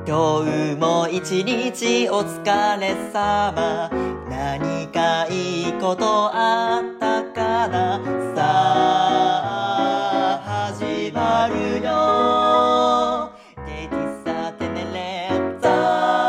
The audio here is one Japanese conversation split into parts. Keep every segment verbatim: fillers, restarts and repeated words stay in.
今日も一日お疲れ様。何かいいことあったかな。さあ始まるよ。喫茶テネレッタ。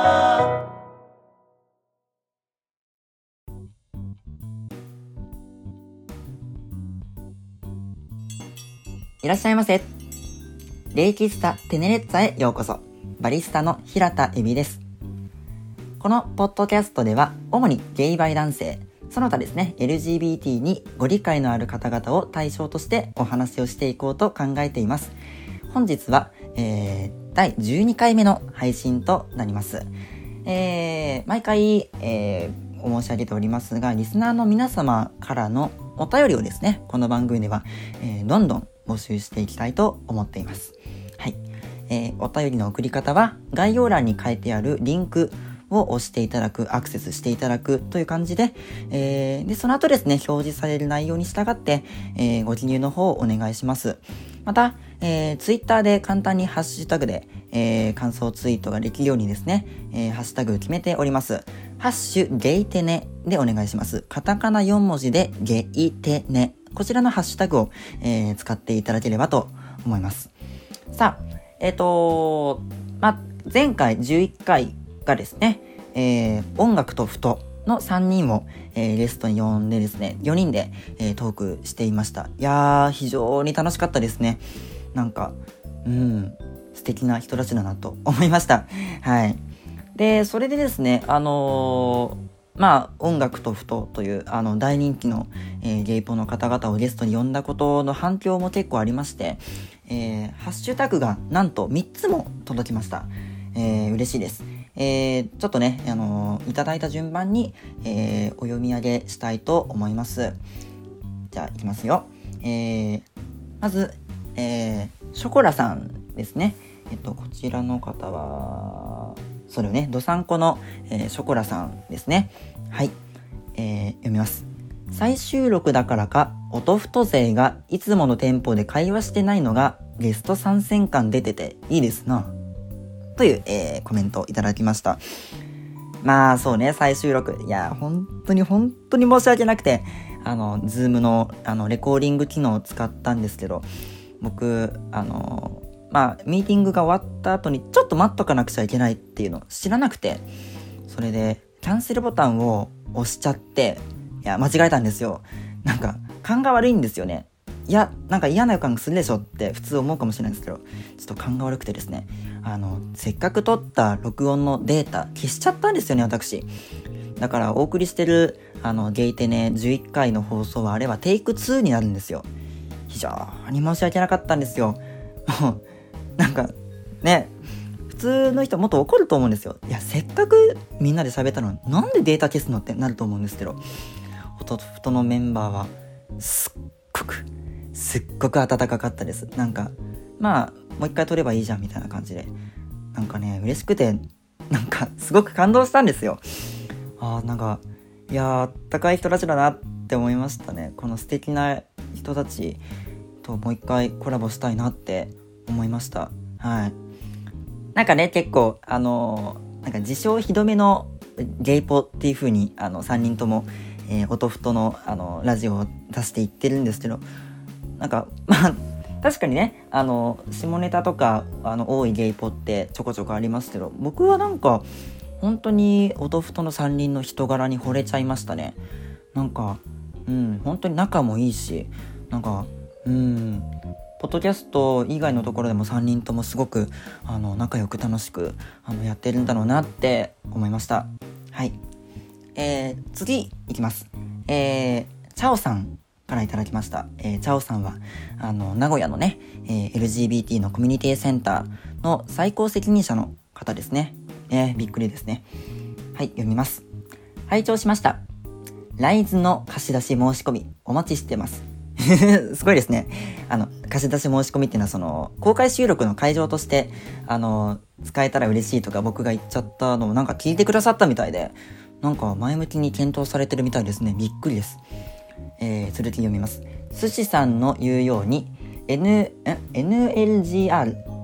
いらっしゃいませ。レイ喫茶テネレッツァへようこそ。バリスタの平田恵美です。このポッドキャストでは主にゲイバイ男性、その他ですね エルジービーティー にご理解のある方々を対象としてお話をしていこうと考えています。本日は、えー、だいじゅうにかいめの配信となります。えー、毎回、えー、お申し上げておりますが、リスナーの皆様からのお便りをですね、この番組では、えー、どんどん募集していきたいと思っています。はい。えー、お便りの送り方は概要欄に書いてあるリンクを押していただく、アクセスしていただくという感じで、えー、でその後ですね、表示される内容に従って、えー、ご記入の方をお願いします。また、えー、ツイッターで簡単にハッシュタグで、えー、感想ツイートができるようにですね、えー、ハッシュタグ決めております。ハッシュゲイテネでお願いします。カタカナよんもじでゲイテネ。こちらのハッシュタグを、えー、使っていただければと思います。さあ、えっと、ま、前回じゅういっかいがですね、えー、音楽とふとのさんにんを、えー、ゲストに呼んでですね、よにんで、えー、トークしていました。いやー、非常に楽しかったですね。なんか、うん、素敵な人たちだなと思いました。はい。で、それでですね、あのー、まあ、音楽とふとというあの大人気の、えー、ゲイポの方々をゲストに呼んだことの反響も結構ありまして、えー、ハッシュタグがなんとみっつも届きました。えー、嬉しいです。えー、ちょっとね、あのー、いただいた順番に、えー、お読み上げしたいと思います。じゃあ、いきますよ。えー、まず、えー、ショコラさんですね。えっと、こちらの方は、それをね、ドサンコの、えー、ショコラさんですね。はい、えー、読みます。再収録だからか、音太勢がいつものテンポで会話してないのがゲスト参戦感出てていいですな。という、えー、コメントをいただきました。まあそうね、再収録。いや、本当に本当に申し訳なくて、あの、ズームの、あの、レコーディング機能を使ったんですけど、僕、あの、まあ、ミーティングが終わった後にちょっと待っとかなくちゃいけないっていうのを知らなくて、それで、キャンセルボタンを押しちゃって、いや、間違えたんですよ。なんか、勘が悪いんですよね。いや、なんか嫌な予感がするでしょって普通思うかもしれないんですけど、ちょっと勘が悪くてですね、あの、せっかく撮った録音のデータ消しちゃったんですよね、私。だからお送りしてる、あの、ゲイテネじゅういっかいの放送はあれはテイクツーになるんですよ。非常に申し訳なかったんですよ。もう、なんか、ね、普通の人はもっと怒ると思うんですよ。いや、せっかくみんなで喋ったのになんでデータ消すのってなると思うんですけど、フトフトのメンバーはすっごくすっごく温かかったです。なんかまあもう一回撮ればいいじゃんみたいな感じで、なんかね嬉しくて、なんかすごく感動したんですよ。あーなんかいやーあったかい人たちだなって思いましたね。この素敵な人たちともう一回コラボしたいなって思いました。はい。なんかね結構あのー、なんか自称ひどめのゲイポっていう風にあのさんにんとも、えー、音ふとのあのラジオを出していってるんですけど、なんかまあ確かにねあの下ネタとかあの多いゲイポってちょこちょこありますけど、僕はなんか本当に音ふとのさんにんの人柄に惚れちゃいましたね。なんかうん本当に仲もいいし、なんかうんポッドキャスト以外のところでもさんにんともすごくあの仲良く楽しくあのやってるんだろうなって思いました。はい、えー、次いきます。えー、チャオさんからいただきました。えー、チャオさんはあの名古屋のね、えー、エルジービーティー のコミュニティセンターの最高責任者の方ですね。えー、びっくりですね。はい、読みます。拝聴しました。ライズの貸し出し申し込みお待ちしてます。すごいですね。あの貸し出し申し込みっていうのはその公開収録の会場としてあの使えたら嬉しいとか僕が言っちゃったのをなんか聞いてくださったみたいで、なんか前向きに検討されてるみたいですね。びっくりです。えー、続き読みます。寿司さんの言うように N、エヌエルジーアール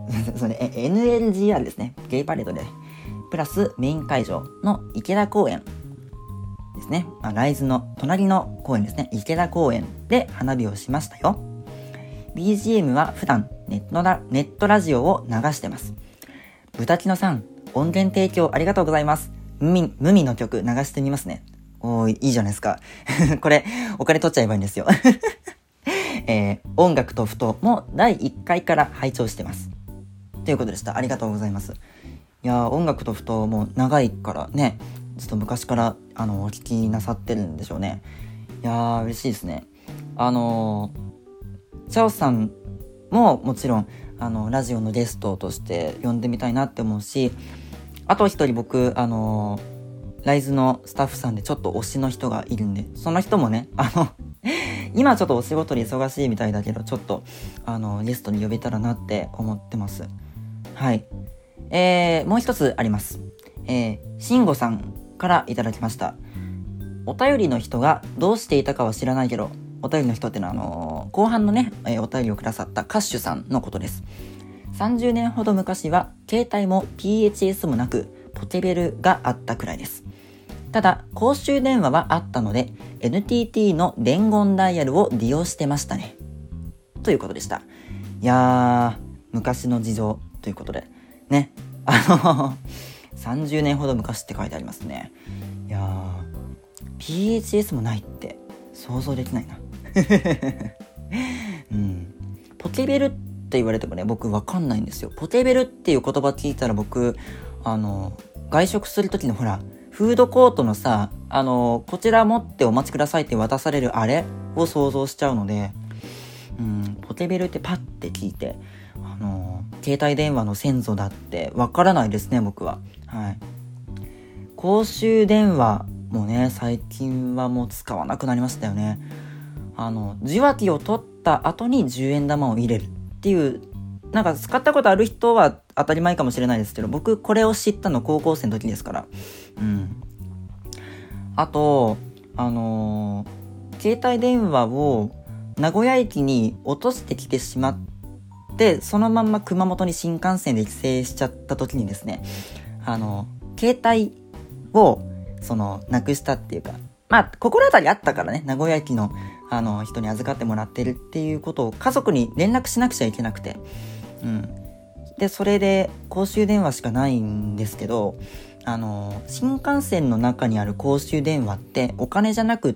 それ エヌエルジーアール ですね。ゲイパレードで、プラスメイン会場の池田公園ですね。まあ、ライズの隣の公園ですね。池田公園で花火をしましたよ。ビージーエム は普段ネットラ、ネットラジオを流してます。豚キノさん、音源提供ありがとうございます。無味、無味の曲流してみますね。おー、いいじゃないですか。これ、お金取っちゃえばいいんですよ。えー、音楽とふともだいいっかいから拝聴してます。ということでした。ありがとうございます。いやー、音楽とふとも長いからね、ずっと昔からあのお聞きなさってるんでしょうね。いやー、嬉しいですね。あのー、チャオさんももちろんあのラジオのゲストとして呼んでみたいなって思うし、あと一人僕あのー、ライズのスタッフさんでちょっと推しの人がいるんで、その人もね、あの今ちょっとお仕事で忙しいみたいだけど、ちょっとあのゲストに呼べたらなって思ってます。はい。えー、もう一つあります。えー、しんごさんからいただきました。お便りの人がどうしていたかは知らないけど、お便りの人ってのはあのー、後半のね、えー、お便りをくださったカッシュさんのことです。さんじゅうねんほど昔は携帯も ピーエイチエス もなくポケベルがあったくらいです。ただ公衆電話はあったので エヌティーティー の伝言ダイヤルを利用してましたね、ということでした。いやー、昔の事情ということでね、あのさんじゅうねんほど昔って書いてありますね。いやー、 ピーエイチエス もないって想像できないな、うん、ポケベルって言われてもね、僕わかんないんですよ。ポケベルっていう言葉聞いたら僕あの外食する時のほらフードコートのさ、あのこちら持ってお待ちくださいって渡されるあれを想像しちゃうので、うん、ポケベルってパッて聞いて、あの携帯電話の先祖だってわからないですね、僕は。はい。公衆電話もね、最近はもう使わなくなりましたよね。あの受話器を取った後にじゅうえん玉を入れるっていう、なんか使ったことある人は当たり前かもしれないですけど、僕これを知ったの高校生の時ですから。うん。あとあのー、携帯電話を名古屋駅に落としてきてしまって、そのまんま熊本に新幹線で帰省しちゃった時にですね、あの携帯をそのなくしたっていうか、まあ心当たりあったからね、名古屋駅のあの人に預かってもらってるっていうことを家族に連絡しなくちゃいけなくて、うん。でそれで公衆電話しかないんですけど、あの新幹線の中にある公衆電話ってお金じゃなくって、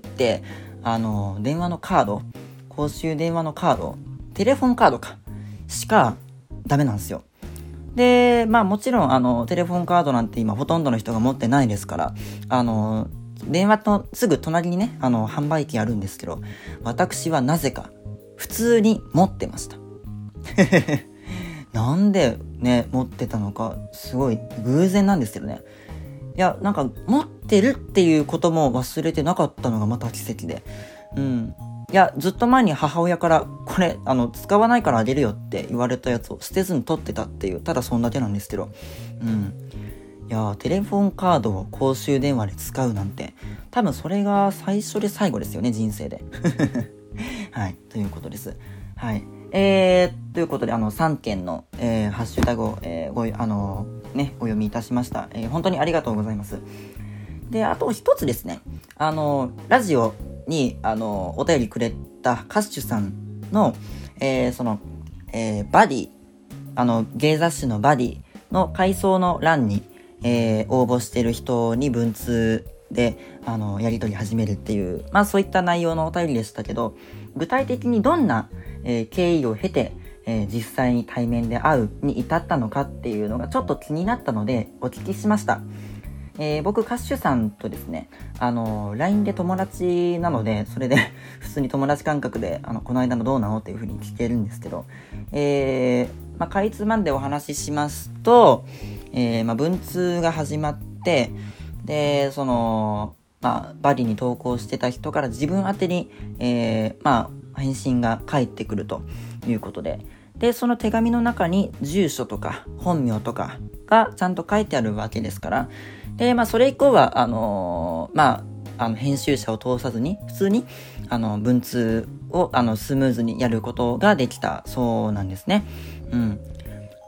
あの電話のカード、公衆電話のカード、テレフォンカードかしかダメなんですよ。でまあもちろんあのテレフォンカードなんて今ほとんどの人が持ってないですから、あの電話のすぐ隣にね、あの販売機あるんですけど、私はなぜか普通に持ってましたなんでね持ってたのかすごい偶然なんですけどね。いや、なんか持ってるっていうことも忘れてなかったのがまた奇跡で、うん。いや、ずっと前に母親からこれあの使わないからあげるよって言われたやつを捨てずに取ってたっていう、ただそんだけなんですけど、うん。いや、テレフォンカードを公衆電話で使うなんて、多分それが最初で最後ですよね、人生ではい、ということです。はい。えー、ということで、あの、さんけんの、えー、ハッシュタグを、えー、ご、あのー、ね、お読みいたしました。えー、本当にありがとうございます。で、あと一つですね、あのー、ラジオに、あのー、お便りくれたカッシュさんの、えー、その、えー、バディ、あの、芸雑誌のバディの回想の欄に、えー、応募してる人に文通で、あの、やり取り始めるっていう、まあそういった内容のお便りでしたけど、具体的にどんな、えー、経緯を経て、えー、実際に対面で会うに至ったのかっていうのがちょっと気になったのでお聞きしました。えー、僕カッシュさんとですね、あの ライン で友達なので、それで普通に友達感覚であのこの間のどうなのっていう風に聞けるんですけど、えー、まあかいつまんでお話ししますと、えー、まあ文通が始まって、でそのまあバリに投稿してた人から自分宛てに、えー、まあ返信が返ってくるということで、でその手紙の中に住所とか本名とかがちゃんと書いてあるわけですから、でまあそれ以降はあのー、まああの編集者を通さずに普通にあの文通をあのスムーズにやることができたそうなんですね。うん。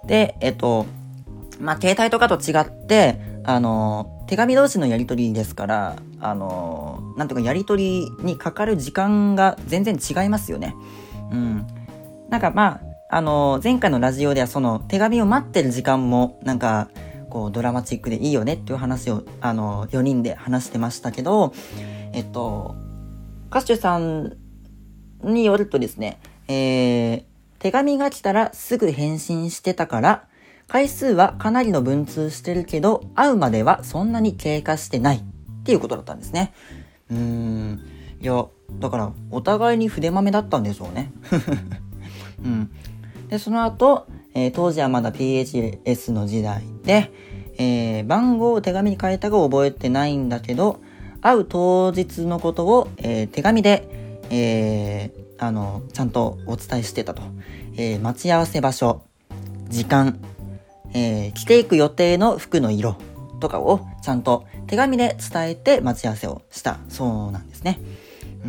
で、えっと、まあ、携帯とかと違って、あの、手紙同士のやり取りですから、あの、なんとかやり取りにかかる時間が全然違いますよね。うん。なんかまあ、あの、前回のラジオではその手紙を待ってる時間も、なんか、こう、ドラマチックでいいよねっていう話を、あの、よにんで話してましたけど、えっと、歌手さんによるとですね、えー、手紙が来たらすぐ返信してたから、回数はかなりの文通してるけど、会うまではそんなに経過してないっていうことだったんですね。うーん、いや、だからお互いに筆まめだったんでしょうね。うん。で、その後、えー、当時はまだ ピーエイチエス の時代で、えー、番号を手紙に変えたか覚えてないんだけど、会う当日のことを、えー、手紙で、えー、あの、ちゃんとお伝えしてたと。えー、待ち合わせ場所、時間、えー、着ていく予定の服の色とかをちゃんと手紙で伝えて待ち合わせをしたそうなんですね。うん。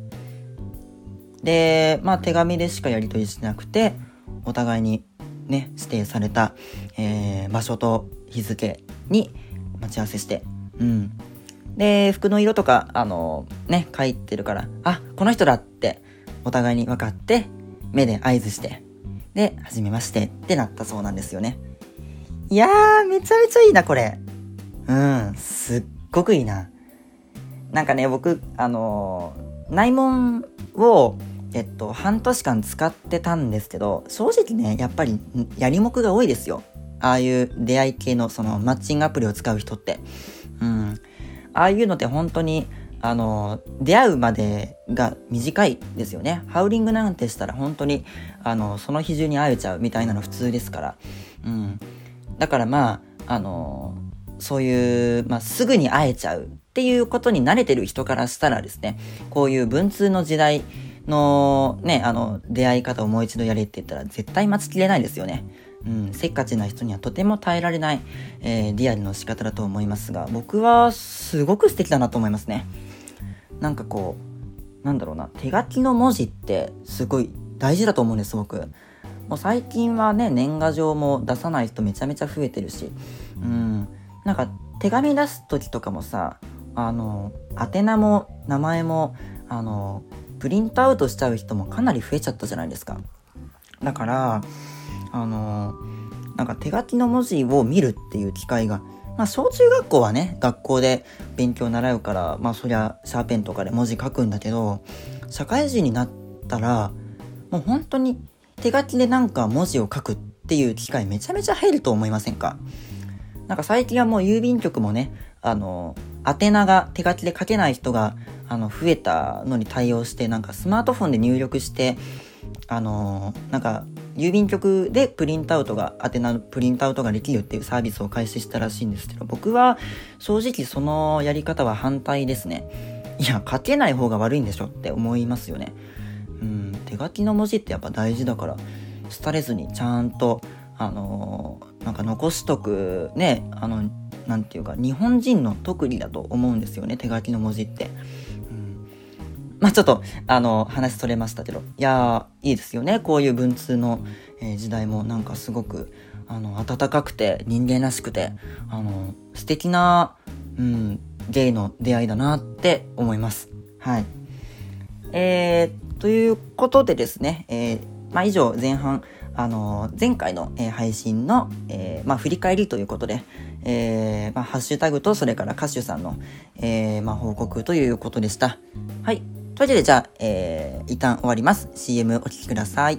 で、まあ手紙でしかやり取りしてなくて、お互いにね、指定された、えー、場所と日付に待ち合わせして、うん。で、服の色とか、あのー、ね、書いてるから、あ、この人だってお互いに分かって、目で合図して、で、初めましてってなったそうなんですよね。いやー、めちゃめちゃいいな、これ。うん、すっごくいいな。なんかね、僕、あのー、内門を、えっと、半年間使ってたんですけど、正直ね、やっぱり、やりもくが多いですよ。ああいう出会い系の、その、マッチングアプリを使う人って。うん。ああいうのって本当に、あの、出会うまでが短いですよね。ハウリングなんてしたら本当に、あの、その日中に会えちゃうみたいなの普通ですから。うん。だからまあ、あの、そういう、まあ、すぐに会えちゃうっていうことに慣れてる人からしたらですね、こういう文通の時代のね、あの、出会い方をもう一度やれって言ったら絶対待ちきれないですよね。うん、せっかちな人にはとても耐えられない、えー、リアルの仕方だと思いますが、僕はすごく素敵だなと思いますね。なんかこう、なんだろうな、手書きの文字ってすごい大事だと思うんです、僕。もう最近はね、年賀状も出さない人めちゃめちゃ増えてるし、うん、なんか手紙出す時とかもさ、あの、宛名も名前も、あの、プリントアウトしちゃう人もかなり増えちゃったじゃないですか。だから、あのー、なんか手書きの文字を見るっていう機会が、まあ小中学校はね、学校で勉強習うから、まあそりゃシャーペンとかで文字書くんだけど、社会人になったら、もう本当に手書きでなんか文字を書くっていう機会めちゃめちゃ入ると思いませんか？なんか最近はもう郵便局もね、あのー、宛名が手書きで書けない人が、あの、増えたのに対応して、なんかスマートフォンで入力して、あのー、なんか、郵便局でプリントアウトが、宛名のプリントアウトができるっていうサービスを開始したらしいんですけど、僕は正直そのやり方は反対ですね。いや、書けない方が悪いんでしょって思いますよね。うん、手書きの文字ってやっぱ大事だから、廃れずにちゃんと、あのー、なんか残しとく、ね、あの、なんていうか、日本人の特技だと思うんですよね、手書きの文字って。まあちょっと、あの、話それましたけど。いやー、いいですよね。こういう文通の、えー、時代もなんかすごく、あの、温かくて、人間らしくて、あの、素敵な、うん、ゲイの出会いだなって思います。はい。えー、ということでですね、えー、まあ以上前半、あの、前回の、えー、配信の、えー、まあ振り返りということで、えー、まあハッシュタグとそれから歌手さんの、えー、まあ報告ということでした。はい。というわけでじゃあ、えー、一旦終わります。シーエム お聞きください。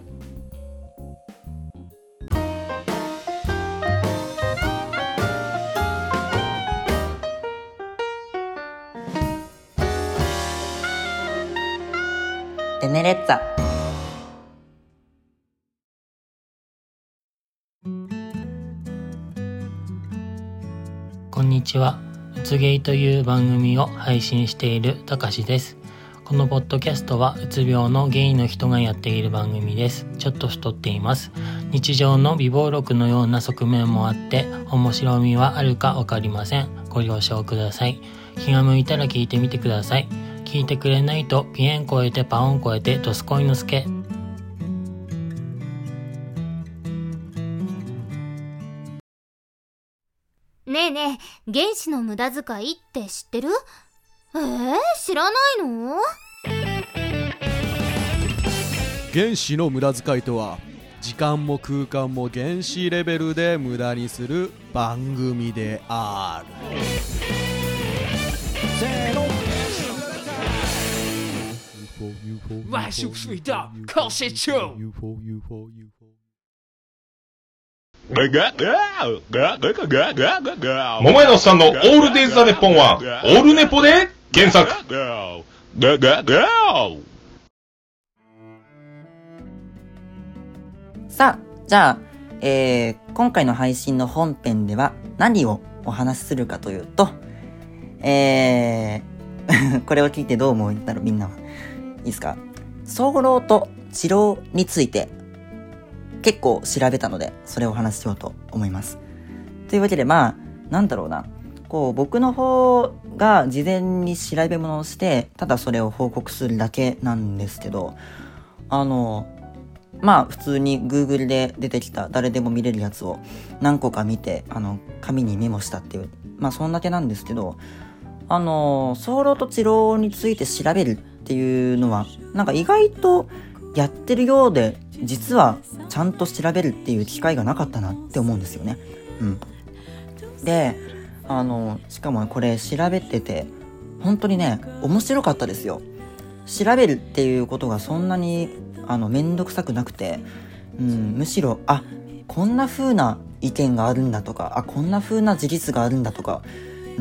テネレッツァ。 こんにちは。うつゲイという番組を配信しているたかしです。このポッドキャストはうつ病のゲイの人がやっている番組です。ちょっと太っています。日常の美貌録のような側面もあって面白みはあるかわかりません。ご了承ください。気が向いたら聞いてみてください。聞いてくれないとピエン超えてパオン超えてドスコイのスケ。 ねえねえ、原子の無駄遣いって知ってる？えー、知らないの？ 原子の無駄遣いとは、時間も空間も原子レベルで無駄にする番組である。せーの。 外食水的可是球。 桃屋のおっさんのオールデイズ・ザ・ネッポンはオールネポで検索。 さあ、じゃあ、えー、今回の配信の本編では何をお話しするかというと、えー、これを聞いてどう思うんだろうみんなは。いいですか？早漏と治療について結構調べたので、それをお話ししようと思います。というわけで、まあ、なんだろうな。こう、僕の方が事前に調べ物をして、ただそれを報告するだけなんですけど、あの、まあ、普通に Google で出てきた誰でも見れるやつを何個か見て、あの、紙にメモしたっていう、まあ、そんだけなんですけど、あの、早漏と治療について調べるっていうのは、なんか意外とやってるようで、実はちゃんと調べるっていう機会がなかったなって思うんですよね。うん。で、あの、しかもこれ調べてて、本当にね、面白かったですよ。調べるっていうことがそんなに、あの、めんどくさくなくて、うん、むしろ、あ、こんな風な意見があるんだとか、あ、こんな風な事実があるんだとか、うん、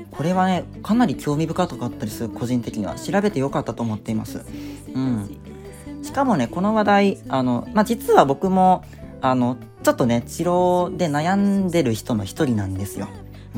これはね、かなり興味深かったりする、個人的には。調べてよかったと思っています。うん。しかもね、この話題、あの、まあ、実は僕も、あの、ちょっとね、治療で悩んでる人の一人なんですよ。うん。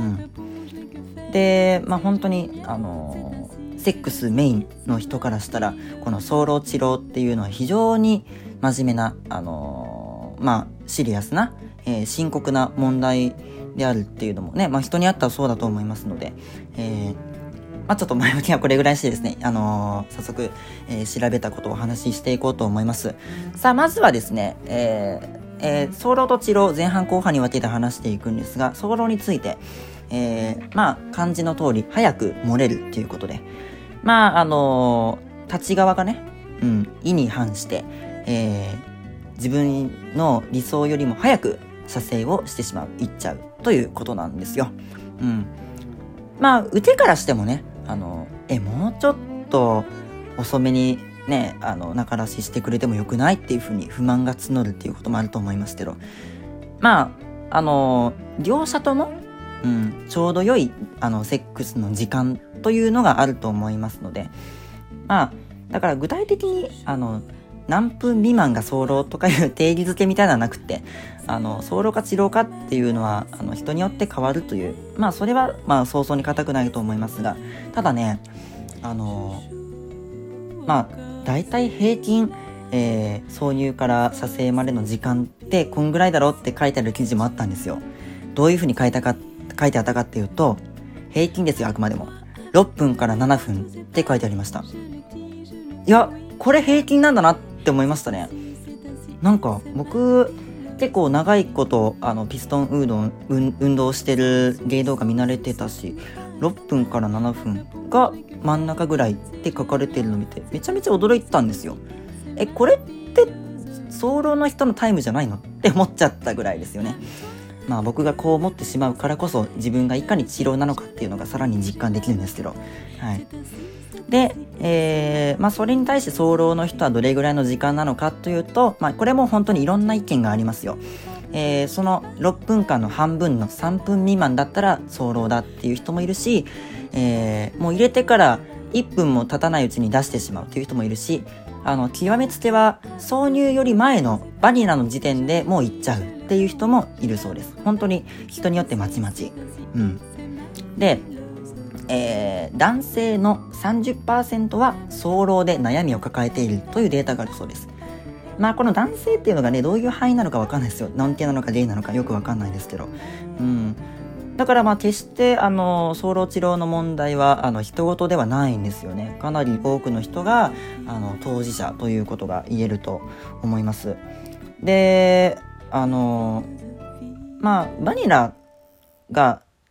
で、まあ、本当に、あの、セックスメインの人からしたら、この早漏治療っていうのは非常に真面目な、あの、まあ、シリアスな、えー、深刻な問題であるっていうのもね、まあ、人にあったらそうだと思いますので、えー、まあ、ちょっと前置きはこれぐらいしてですね、あのー、早速、えー、調べたことをお話ししていこうと思います。さあ、まずはですね、えーえー、早漏と治療、前半後半に分けて話していくんですが、早漏について、えー、まあ、漢字の通り、早く漏れるっていうことで、まあ、あのー、立ち側がね、うん、意に反して、えー、自分の理想よりも早く射精をしてしまう、言っちゃうということなんですよ。うん。まあ、受けからしてもね、あの、え、もうちょっと遅めにね、あの、中出ししてくれてもよくないっていうふうに不満が募るっていうこともあると思いますけど、まあ、あの、両者とも、うん、ちょうど良い、あの、セックスの時間というのがあると思いますので、まあ、だから具体的に、あの、何分未満が早漏とかいう定義づけみたいなのはなくて、あの、早漏か治療かっていうのは、あの、人によって変わるという、まあ、それは、まあ、早々に固くないと思いますが、ただね、あの、まあ、だいたい平均、えー、挿入から射精までの時間ってこんぐらいだろうって書いてある記事もあったんですよ。どういうふうに書いたか、書いてあったかっていうと、平均ですよ、あくまでも。ろっぷんからななふんって書いてありました。いや、これ平均なんだなって思いましたね。なんか、僕、結構長いこと、あの、ピストン運動、運動してる芸動画見慣れてたし、ろっぷんからななふんが真ん中ぐらいって書かれてるのを見て、めちゃめちゃ驚いたんですよ。え、これって、早漏の人のタイムじゃないのって思っちゃったぐらいですよね。まあ僕がこう思ってしまうからこそ、自分がいかに治療なのかっていうのがさらに実感できるんですけど、はい。で、えー、まあそれに対して早漏の人はどれぐらいの時間なのかというと、まあこれも本当にいろんな意見がありますよ。えー、そのろっぷんかんの半分のさんぷん未満だったら早漏だっていう人もいるし、えー、もう入れてからいっぷんも経たないうちに出してしまうっていう人もいるし、あの、極めつけは挿入より前のバニラの時点でもういっちゃうっていう人もいるそうです。本当に人によってまちまち。うん。で、えー、男性の さんじゅっパーセント は早漏で悩みを抱えているというデータがあるそうです。まあこの男性っていうのがね、どういう範囲なのかわかんないですよ。ノンケなのかゲイなのかよくわかんないですけど。うん。だからまあ決してあの早漏治療の問題はあの人事ではないんですよね。かなり多くの人があの当事者ということが言えると思います。で、あのまあバニラが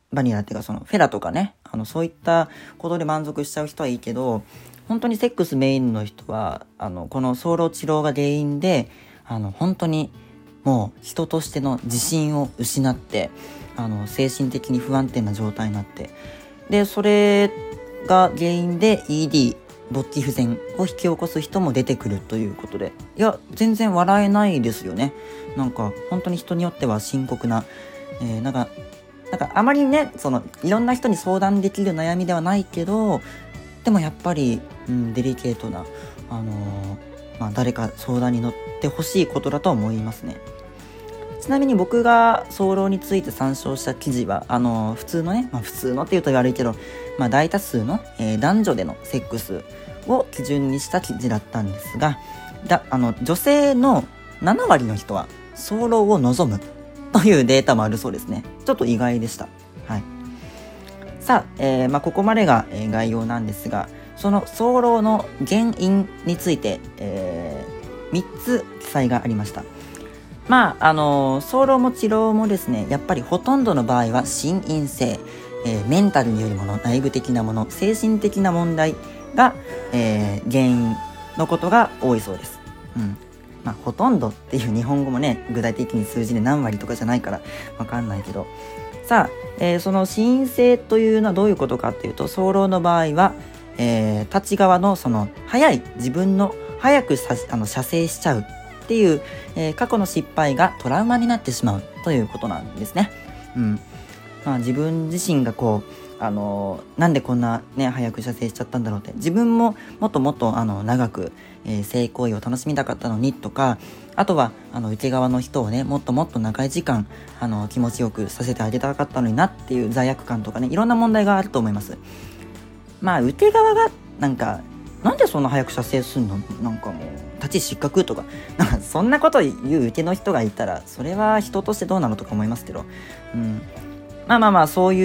バニラっていうかそのフェラとかね、あのそういったことで満足しちゃう人はいいけど、本当にセックスメインの人はあのこの早漏治療が原因であの本当にもう人としての自信を失って、あの精神的に不安定な状態になって、でそれが原因で イーディー 勃起不全を引き起こす人も出てくるということで、いや全然笑えないですよね。なんか本当に人によっては深刻な、えー、なんかなんかあまりね、そのいろんな人に相談できる悩みではないけど、でもやっぱり、うん、デリケートな、あのーまあ、誰か相談に乗ってほしいことだと思いますね。ちなみに僕が早漏について参照した記事は、あのー、普通のね、まあ、普通のって言うと悪いけど、まあ、大多数の、えー、男女でのセックスを基準にした記事だったんですが、だあの女性のななわりの人は早漏を望むというデータもあるそうですね。ちょっと意外でした。はい。さあ、えーまあ、ここまでが、えー、概要なんですが、その早漏の原因について、えー、みっつ記載がありました。まああのー、早漏も治療もですね、やっぱりほとんどの場合は心因性、えー、メンタルによるもの、内部的なもの、精神的な問題が、えー、原因のことが多いそうです。うん。まあ、ほとんどっていう日本語もね、具体的に数字で何割とかじゃないからわかんないけど、さあ、えー、その心因性というのはどういうことかっていうと、早漏の場合は、えー、立ち側のその早い自分の早くさあの射精しちゃうっていう、えー、過去の失敗がトラウマになってしまうということなんですね。うん。まあ、自分自身がこうあのー、なんでこんなね早く射精しちゃったんだろうって、自分ももっともっとあの長く、えー、性行為を楽しみたかったのにとか、あとはあの内側の人をねもっともっと長い時間あの気持ちよくさせてあげたかったのになっていう罪悪感とかね、いろんな問題があると思います。まあ内側がなんかなんでそんな早く射精すんの、なんかもう立ち失格とか、なんかそんなこと言う受けの人がいたらそれは人としてどうなのとか思いますけど、うん、まあまあまあそういう、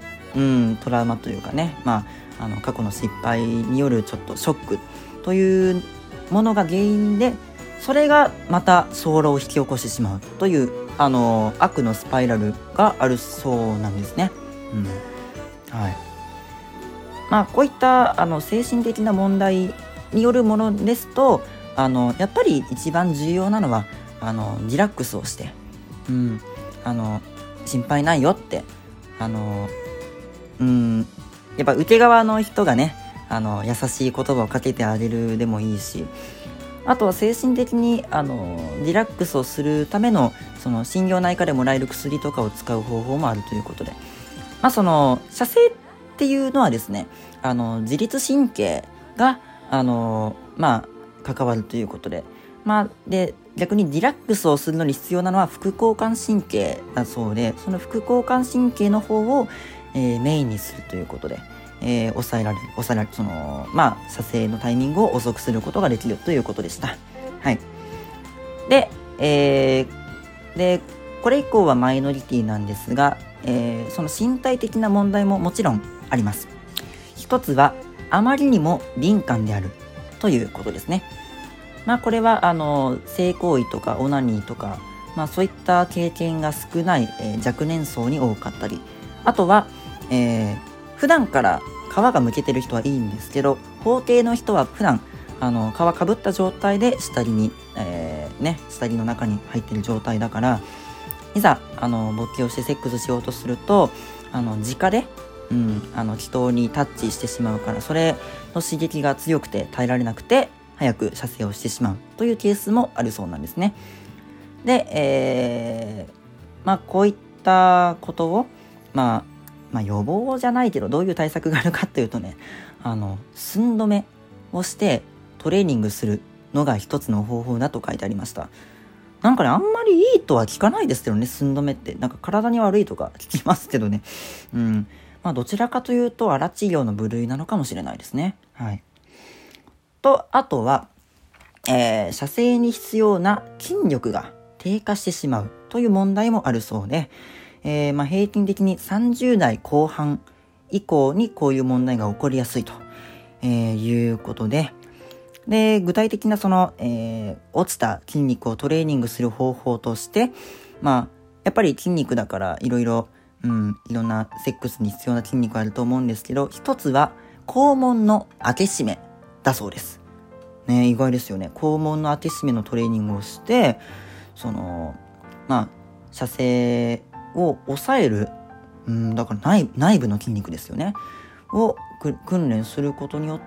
うん、トラウマというかね、まああの過去の失敗によるちょっとショックというものが原因で、それがまた早漏を引き起こしてしまうというあの悪のスパイラルがあるそうなんですね。うん、はい。まあこういったあの精神的な問題によるものですと、あのやっぱり一番重要なのはあのリラックスをして、うん、あの心配ないよって、あのうんやっぱ受け側の人がね、あの優しい言葉をかけてあげるでもいいし、あとは精神的にあのリラックスをするためのその心療内科でもらえる薬とかを使う方法もあるということで、まあその射精っていうのはですね、あの自律神経があのまあ関わるということで、まあで逆にリラックスをするのに必要なのは副交感神経だそうで、その副交感神経の方を、えー、メインにするということで、えー、抑えられる抑えられるそのまあ射精のタイミングを遅くすることができるということでした。はい。で、えー、でこれ以降はマイノリティなんですが、えー、その身体的な問題ももちろんあります。一つはあまりにも敏感であるということですね。まあこれはあの性行為とかオナニーとか、まあそういった経験が少ない、えー、若年層に多かったり、あとは、えー、普段から皮がむけてる人はいいんですけど、包茎の人は普段あの皮かぶった状態で下着に、えー、ね下着の中に入ってる状態だから、いざあの勃起をしてセックスしようとするとあの直でうん、あの気筒にタッチしてしまうから、それの刺激が強くて耐えられなくて早く射精をしてしまうというケースもあるそうなんですね。で、えー、まあこういったことを、まあ、まあ予防じゃないけどどういう対策があるかっていうとね、あの寸止めをしてトレーニングするのが一つの方法だと書いてありました。なんかね、あんまりいいとは聞かないですけどね、寸止めってなんか体に悪いとか聞きますけどね。うん。まあどちらかというと荒治療の部類なのかもしれないですね。はい。と、あとは、えー、射精に必要な筋力が低下してしまうという問題もあるそうで、えー、まあ平均的にさんじゅう代後半以降にこういう問題が起こりやすいと、えー、いうことで、で、具体的なその、えー、落ちた筋肉をトレーニングする方法として、まあ、やっぱり筋肉だからいろいろうん、いろんなセックスに必要な筋肉あると思うんですけど、一つは肛門の開け閉めだそうです。ね、意外ですよね。肛門の開け閉めのトレーニングをして、その、まあ、射精を抑える、うん、だから内、内部の筋肉ですよね。を訓練することによって、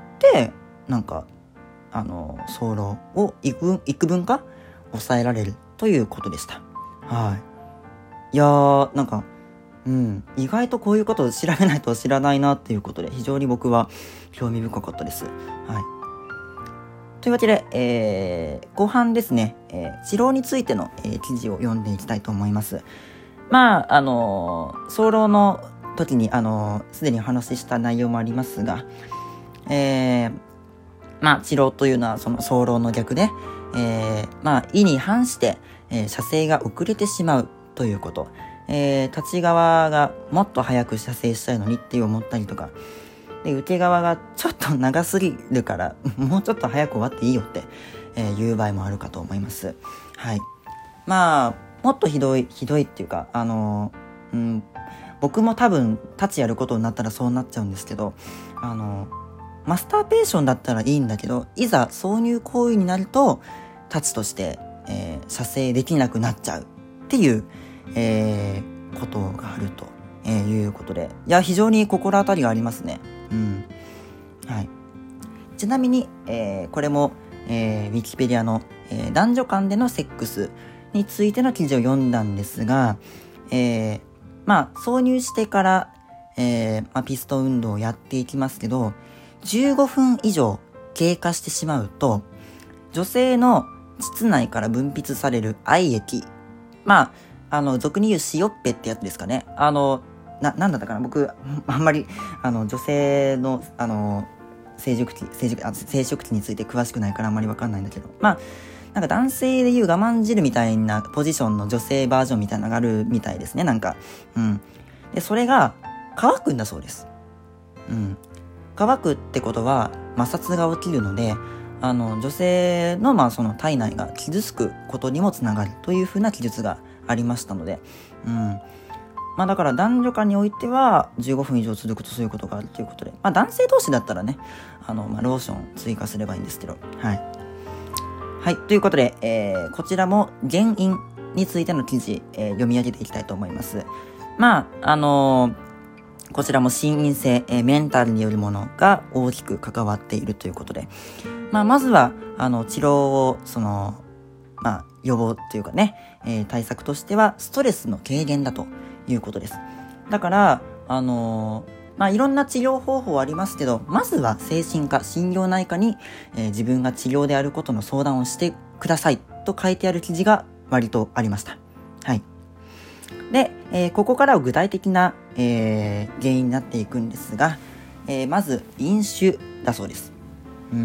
なんか、あの、早漏を幾幾分か抑えられるということでした。はい。いやー、なんか、うん、意外とこういうことを調べないと知らないなっていうことで、非常に僕は興味深かったです。はい。というわけで、えー、後半ですね、えー、治療についての、えー、記事を読んでいきたいと思います。まあ、あのー、早漏の時に、あのー、すでにお話しした内容もありますが、えー、まあ、治療というのはその早漏の逆で、えー、まあ、意に反して、えー、射精が遅れてしまうということ。えー、立ち側がもっと早く射精したいのにって思ったりとか、で、受け側がちょっと長すぎるから、もうちょっと早く終わっていいよって、えー、言う場合もあるかと思います。はい。まあ、もっとひどい、ひどいっていうか、あのー、うん、僕も多分、立ちやることになったらそうなっちゃうんですけど、あのー、マスターペーションだったらいいんだけど、いざ挿入行為になると、立ちとして、えー、射精できなくなっちゃうっていう、えー、ことがあると、えー、いうことで、いや、非常に心当たりがありますね。うん。はい。ちなみに、えー、これも、えー、ウィキペディアの、えー、男女間でのセックスについての記事を読んだんですが、えー、まあ、挿入してから、えー、まあ、ピストン運動をやっていきますけど、じゅうごふん以上経過してしまうと、女性の膣内から分泌される愛液、まあ、あの、俗に言う塩っぺってやつですかね。あの、な、なんだったかな、僕、あんまり、あの、女性の、あの、生殖器、生殖、あ、生殖器について詳しくないからあんまりわかんないんだけど、まあ、なんか男性で言う我慢汁みたいなポジションの女性バージョンみたいなのがあるみたいですね、なんか。うん。で、それが、乾くんだそうです。うん。乾くってことは、摩擦が起きるので、あの、女性の、まあ、その体内が傷つくことにもつながるというふうな記述がありましたので、うん。まあだから男女間においてはじゅうごふん以上続くとそういうことがあるということで、まあ男性同士だったらね、あの、まあローション追加すればいいんですけど、はい。はい、ということで、えー、こちらも原因についての記事、えー、読み上げていきたいと思います。まあ、あのー、こちらも心因性、えー、メンタルによるものが大きく関わっているということで、まあまずは、あの、治療を、その、まあ予防というかね、えー、対策としてはストレスの軽減だということです。だから、あのー、まあ、いろんな治療方法ありますけど、まずは精神科、心療内科に、えー、自分が治療であることの相談をしてくださいと書いてある記事が割とありました。はい。で、えー、ここからは具体的な、えー、原因になっていくんですが、えー、まず、飲酒だそうです。うん。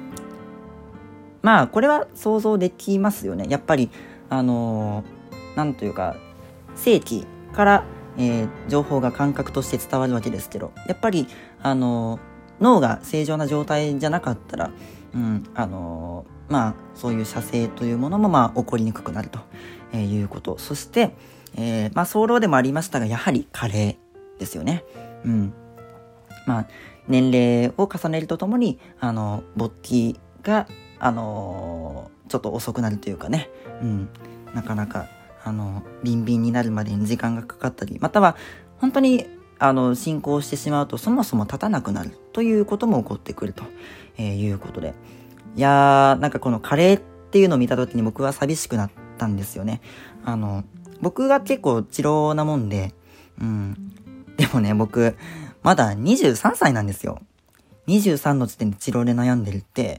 まあ、これは想像できますよね。やっぱり、あのー、なんというか、性器から、えー、情報が感覚として伝わるわけですけど、やっぱり、あのー、脳が正常な状態じゃなかったら、うん、あのー、まあ、そういう射精というものも、まあ、起こりにくくなると、えー、いうこと。そして、えー、まあ、早漏でもありましたが、やはり加齢ですよね。うん。まあ、年齢を重ねるとともに、あの、勃起が、あのー、ちょっと遅くなるというかね、うん、なかなか、あの、ビンビンになるまでに時間がかかったり、または、本当に、あの、進行してしまうと、そもそも立たなくなるということも起こってくると、えー、いうことで。いやー、なんかこの加齢っていうのを見たときに僕は寂しくなったんですよね。あの、僕が結構治療なもんで、うん。でもね、僕、まだにじゅうさんさいなんですよ。にじゅうさんの時点で治療で悩んでるって、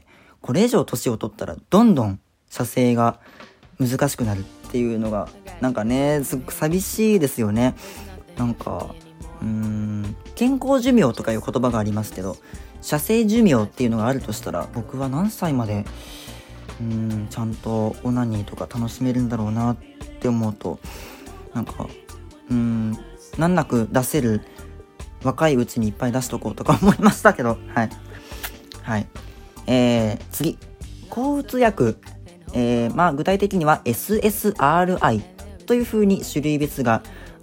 これ以上年を取ったら、どんどん射精が難しくなるっていうのがなんかねすごく寂しいですよね。なんかうーん健康寿命とかいう言葉がありますけど、射精寿命っていうのがあるとしたら僕は何歳までうーんちゃんとオナニーとか楽しめるんだろうなって思うと、なんかうーん難なく出せる若いうちにいっぱい出しとこうとか思いましたけど、はいはいえー、次抗うつ薬、えー、まあ具体的には エスエスアールアイ という風に種類別が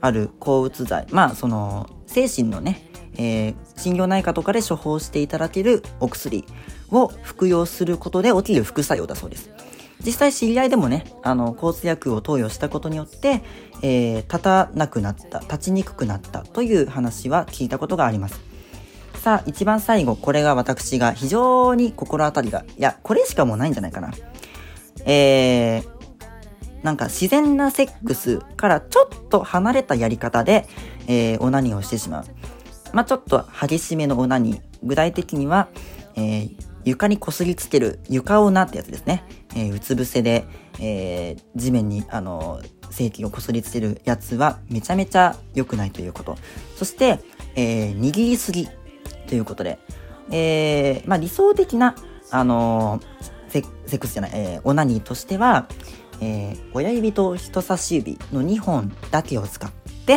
ある抗うつ剤、まあその精神のね、えー、心療内科とかで処方していただけるお薬を服用することで起きる副作用だそうです。実際知り合いでもね、あの抗うつ薬を投与したことによって、えー、立たなくなった、立ちにくくなったという話は聞いたことがあります。さあ一番最後、これが私が非常に心当たりが、いやこれしかもうないんじゃないかな。えー、なんか自然なセックスからちょっと離れたやり方で、えー、オナニーをしてしまう。まあちょっと激しめのオナニー、具体的には、えー、床にこすりつける床オナってやつですね。えー、うつ伏せで、えー、地面にあの性器をこすりつけるやつはめちゃめちゃ良くないということ。そして、えー、握りすぎということで、えー、まあ理想的なあのー、セ, セックスじゃない、えー、オナニーとしては、えー、親指と人差し指のにほんだけを使って、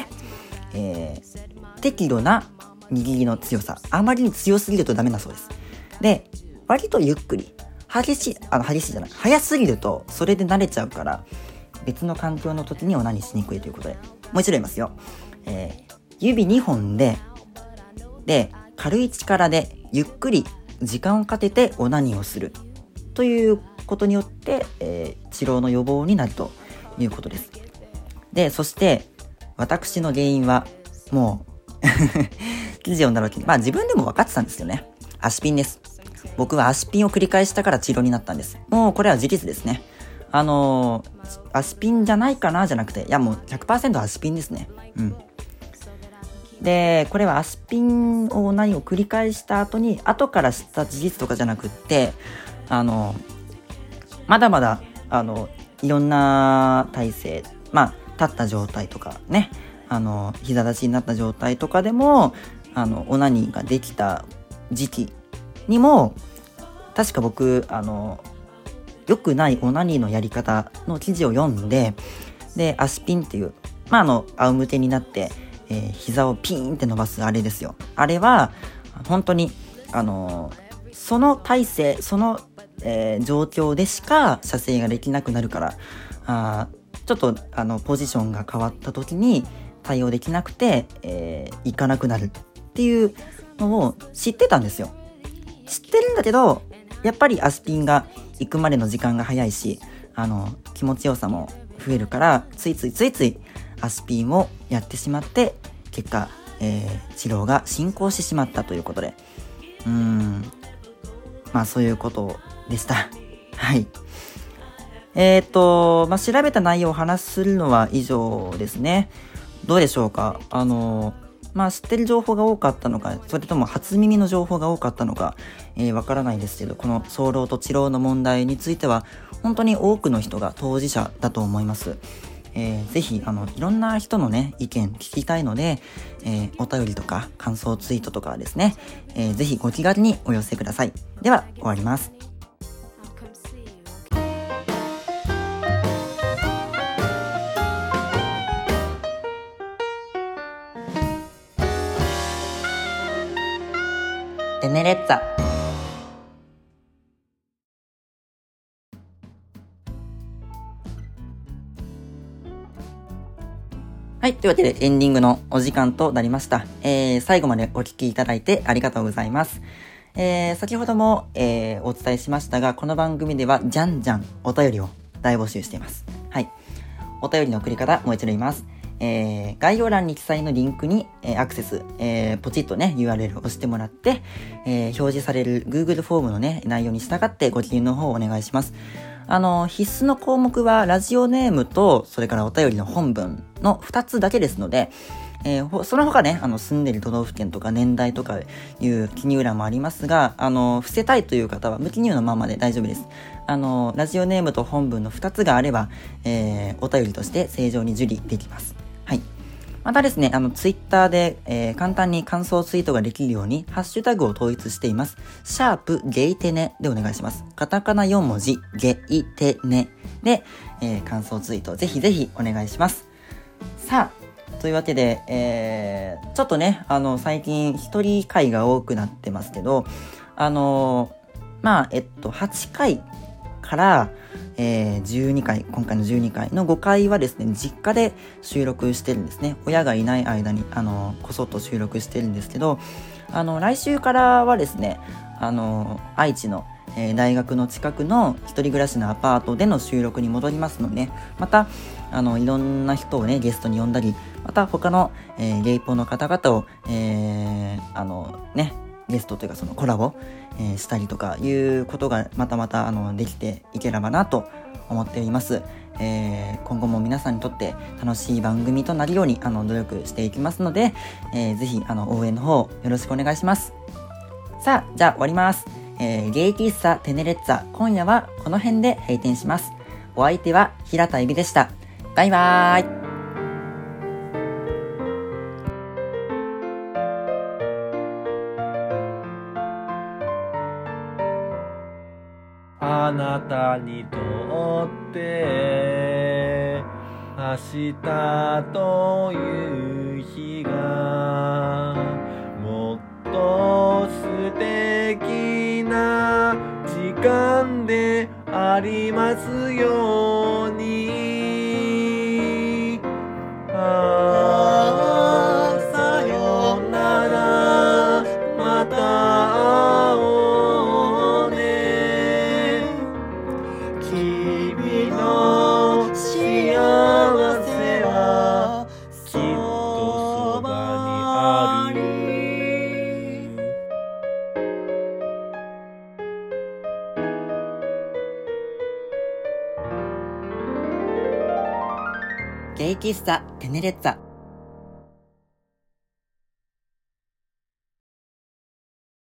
えー、適度な握りの強さ、あまりに強すぎるとダメだそうです。で、割とゆっくり、激しい、あの激しいじゃない、早すぎるとそれで慣れちゃうから別の環境の時にオナニーしにくいということで、もう一度言いますよ。えー、指にほんでで軽い力でゆっくり時間をかけてオナニーをするということによって、えー、治療の予防になるということです。で、そして私の原因はもう記事を読んだ時に、まあ自分でも分かってたんですよね。足ピンです。僕は足ピンを繰り返したから治療になったんです。もうこれは事実ですね。あのー、足ピンじゃないかなじゃなくて、いやもう ひゃくパーセント 足ピンですね。うん。で、これは足ピンを何を繰り返した後に、後から知った事実とかじゃなくって、あのー、まだまだ、あの、いろんな体勢、まあ、立った状態とかね、あの、膝立ちになった状態とかでも、あの、オナニーができた時期にも、確か僕、あの、良くないオナニーのやり方の記事を読んで、で、足ピンっていう、まあ、あの、仰向けになって、えー、膝をピーンって伸ばすあれですよ。あれは、本当に、あの、その体勢、その、えー、状況でしか射精ができなくなるから、あちょっとあのポジションが変わった時に対応できなくて、えー、いかなくなるっていうのを知ってたんですよ。知ってるんだけど、やっぱり足ピンが行くまでの時間が早いし、あの気持ちよさも増えるから、ついついついつい足ピンをやってしまって、結果、えー、治療が進行してしまったということで、うーんまあそういうことでした。はい。えっと、まあ、調べた内容をお話しするのは以上ですね。どうでしょうか。あの、まあ、知ってる情報が多かったのか、それとも初耳の情報が多かったのか、えー、わからないですけど、この早漏と治療の問題については、本当に多くの人が当事者だと思います。えー、ぜひ、あの、いろんな人のね、意見聞きたいので、えー、お便りとか感想ツイートとかですね、えー、ぜひご気軽にお寄せください。では、終わります。テネレッツァ。はい。というわけでエンディングのお時間となりました。えー、最後までお聞きいただいてありがとうございます。えー、先ほども、えー、お伝えしましたが、この番組ではじゃんじゃんお便りを大募集しています。はい。お便りの送り方、もう一度言います。えー、概要欄に記載のリンクに、えー、アクセス、えー、ポチッとね ユーアールエル を押してもらって、えー、表示される Google フォームのね内容に従ってご記入の方をお願いします。あの必須の項目はラジオネームとそれからお便りの本文のふたつだけですので、えー、その他ねあの住んでいる都道府県とか年代とかいう記入欄もありますが、あの伏せたいという方は無記入のままで大丈夫です。あのラジオネームと本文のふたつがあれば、えー、お便りとして正常に受理できます。はい。またですね、あの、ツイッターで、えー、簡単に感想ツイートができるように、ハッシュタグを統一しています。シャープゲイテネでお願いします。カタカナよんもじ、ゲイテネで、えー、感想ツイートぜひぜひお願いします。さあ、というわけで、えー、ちょっとね、あの、最近一人会が多くなってますけど、あのー、まあ、えっと、はちかいから、 えー、じゅうにかい、今回のじゅうにかいのごかいはですね、実家で収録してるんですね。親がいない間に、あの、こそっと収録してるんですけど、あの、来週からはですね、あの、愛知の、えー、大学の近くの一人暮らしのアパートでの収録に戻りますので、また、あの、いろんな人をね、ゲストに呼んだり、また他の、えー、ゲイポの方々を、えー、あの、ね、ゲストというかそのコラボ、えー、したりとかいうことがまたまたあのできていければなと思っています。えー、今後も皆さんにとって楽しい番組となるようにあの努力していきますので、えー、ぜひあの応援の方よろしくお願いします。さあ、じゃあ終わります。えー、ゲイ喫茶テネレッツァ、今夜はこの辺で閉店します。お相手は平田恵美でした。バイバーイ。 あなたにとって明日という日がもっと素敵な時間でありますように。ああ、さよなら、また会おうね。君の幸せはきっとそばにある。 ゲイ喫茶テネレッツァ、